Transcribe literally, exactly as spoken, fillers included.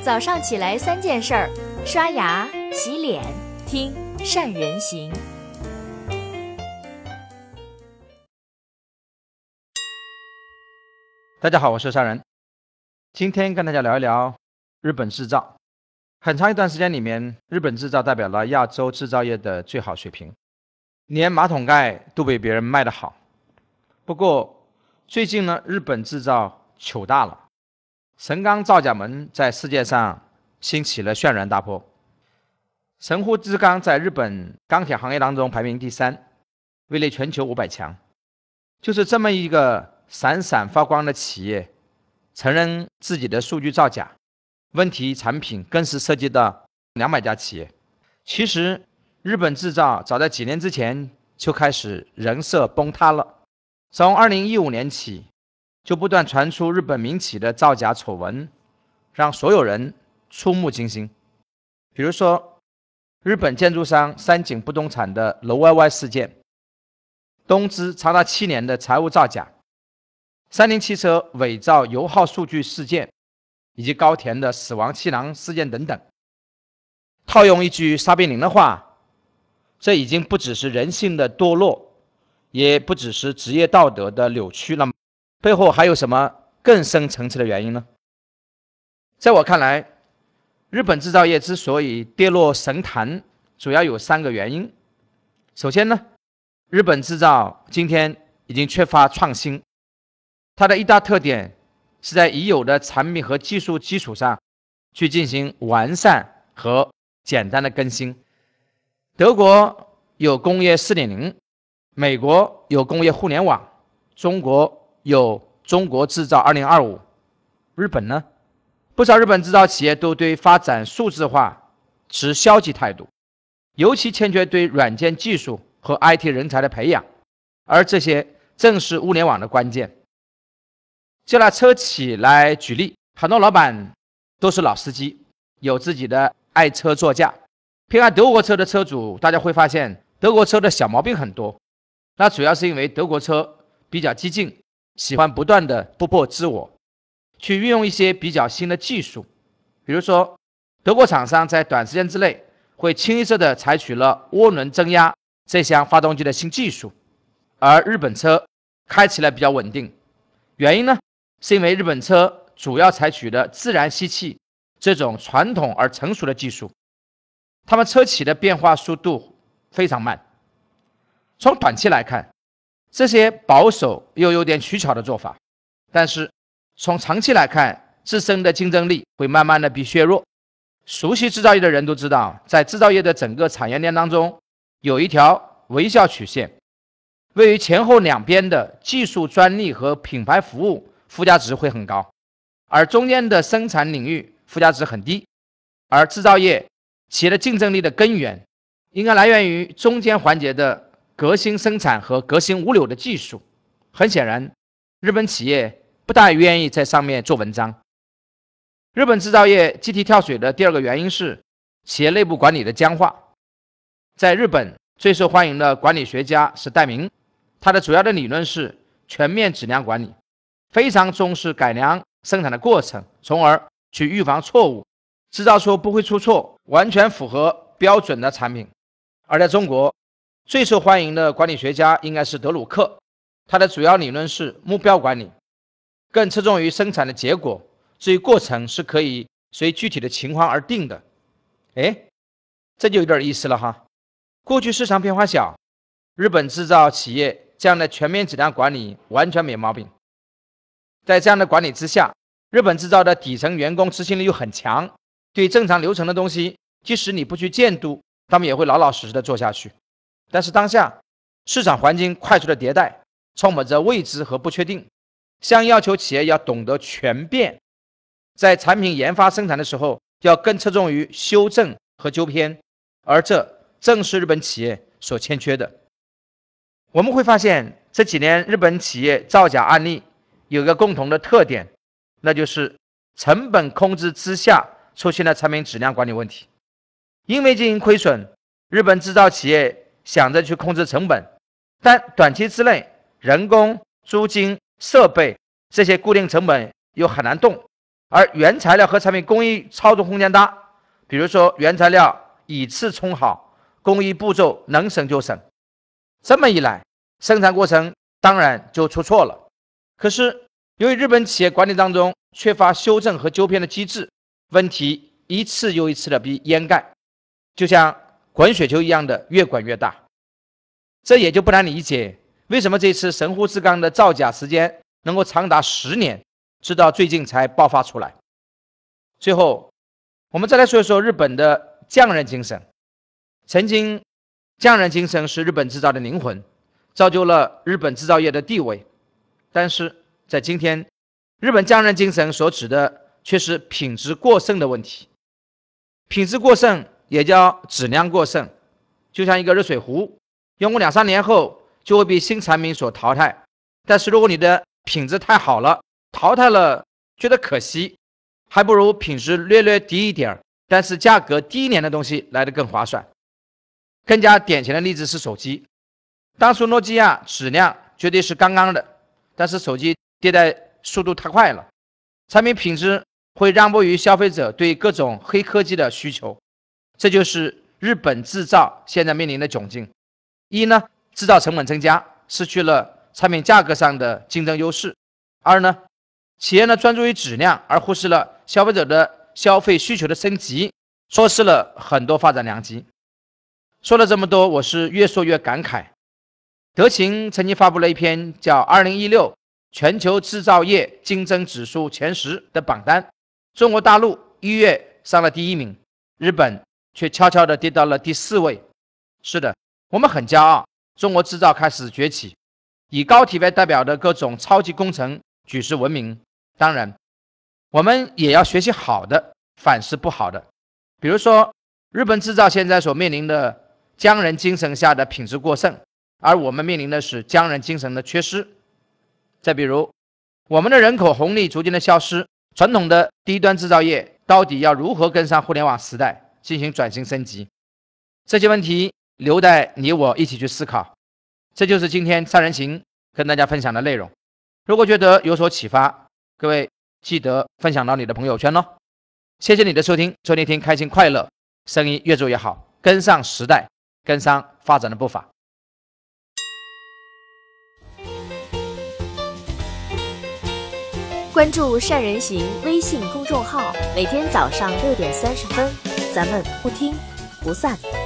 早上起来三件事儿：刷牙、洗脸、听善人行。 大家好，我是善人。今天跟大家聊一聊日本制造。很长一段时间里面，日本制造代表了亚洲制造业的最好水平，连马桶盖都比别人卖得好。不过最近呢，日本制造糗大了，神钢造假门在世界上兴起了轩然大波。神户制钢在日本钢铁行业当中排名第三，位列全球五百强。就是这么一个闪闪发光的企业，承认自己的数据造假，问题产品更是涉及到两百家企业。其实日本制造早在几年之前就开始人设崩塌了，从二零一五年起就不断传出日本民企的造假丑闻，让所有人触目惊心。比如说日本建筑商三井不动产的楼歪歪事件，东芝长达七年的财务造假，三菱汽车伪造油耗数据事件，以及高田的死亡气囊事件等等。套用一句沙冰凌的话，这已经不只是人性的堕落，也不只是职业道德的扭曲了，背后还有什么更深层次的原因呢？在我看来，日本制造业之所以跌落神坛，主要有三个原因。首先呢，日本制造今天已经缺乏创新，它的一大特点是在已有的产品和技术基础上去进行完善和简单的更新。德国有工业 四点零， 美国有工业互联网，中国有中国制造二零二五。日本呢，不少日本制造企业都对发展数字化持消极态度，尤其欠缺对软件技术和 I T 人才的培养，而这些正是物联网的关键。就拿车企来举例，很多老板都是老司机，有自己的爱车座驾。偏爱德国车的车主，大家会发现德国车的小毛病很多，那主要是因为德国车比较激进，喜欢不断的突破自我，去运用一些比较新的技术。比如说德国厂商在短时间之内会清一色的采取了涡轮增压这项发动机的新技术，而日本车开起来比较稳定。原因呢，是因为日本车主要采取的自然吸气这种传统而成熟的技术，他们车企的变化速度非常慢。从短期来看，这些保守又有点取巧的做法，但是从长期来看，自身的竞争力会慢慢的被削弱。熟悉制造业的人都知道，在制造业的整个产业链当中，有一条微笑曲线，位于前后两边的技术专利和品牌服务附加值会很高，而中间的生产领域附加值很低。而制造业企业的竞争力的根源应该来源于中间环节的革新生产和革新物流的技术。很显然，日本企业不大愿意在上面做文章。日本制造业集体跳水的第二个原因是企业内部管理的僵化。在日本最受欢迎的管理学家是戴明，他的主要的理论是全面质量管理，非常重视改良生产的过程，从而去预防错误，制造出不会出错，完全符合标准的产品。而在中国，最受欢迎的管理学家应该是德鲁克，他的主要理论是目标管理，更侧重于生产的结果，至于过程是可以随具体的情况而定的。诶，这就有点意思了哈。过去市场变化小，日本制造企业这样的全面质量管理完全没毛病。在这样的管理之下，日本制造的底层员工执行力又很强，对正常流程的东西，即使你不去监督，他们也会老老实实的做下去。但是当下市场环境快速的迭代，充满着未知和不确定，相应要求企业要懂得全变，在产品研发生产的时候要更侧重于修正和纠偏，而这正是日本企业所欠缺的。我们会发现这几年日本企业造假案例有一个共同的特点，那就是成本控制之下出现了产品质量管理问题。因为经营亏损，日本制造企业想着去控制成本，但短期之内人工、租金、设备这些固定成本又很难动， 而原材料和产品工艺操作空间大，比如说原材料以次充好，工艺步骤能省就省。这么一来，生产过程当然就出错了。可是由于日本企业管理当中缺乏修正和纠偏的机制，问题一次又一次的被掩盖，就像滚雪球一样的越滚越大。这也就不难理解为什么这次神户制钢的造假时间能够长达十年，直到最近才爆发出来。最后我们再来说一说日本的匠人精神。曾经匠人精神是日本制造的灵魂，造就了日本制造业的地位。但是在今天，日本匠人精神所指的却是品质过剩的问题。品质过剩也叫质量过剩，就像一个热水壶，用过两三年后就会被新产品所淘汰。但是如果你的品质太好了，淘汰了觉得可惜，还不如品质略略低一点，但是价格低一点的东西来得更划算。更加典型的例子是手机，当初诺基亚质量绝对是刚刚的，但是手机迭代速度太快了，产品品质会让步于消费者对各种黑科技的需求。这就是日本制造现在面临的窘境。一呢，制造成本增加，失去了产品价格上的竞争优势；二呢，企业呢专注于质量，而忽视了消费者的消费需求的升级，错失了很多发展良机。说了这么多，我是越说越感慨。德勤曾经发布了一篇叫《二零一六全球制造业竞争指数前十》的榜单，中国大陆一月上了第一名，日本却悄悄地跌到了第四位。是的，我们很骄傲，中国制造开始崛起，以高体为代表的各种超级工程举世闻名。当然，我们也要学习好的，反思不好的。比如说，日本制造现在所面临的匠人精神下的品质过剩，而我们面临的是匠人精神的缺失。再比如，我们的人口红利逐渐的消失，传统的低端制造业到底要如何跟上互联网时代进行转型升级？这些问题留待你我一起去思考。这就是今天三人行跟大家分享的内容。如果觉得有所启发，各位记得分享到你的朋友圈哦。谢谢你的收听，祝你天开心快乐，生意越做越好，跟上时代，跟上发展的步伐。 关注善人行微信公众号，每天早上六点三十分，咱们不听不散。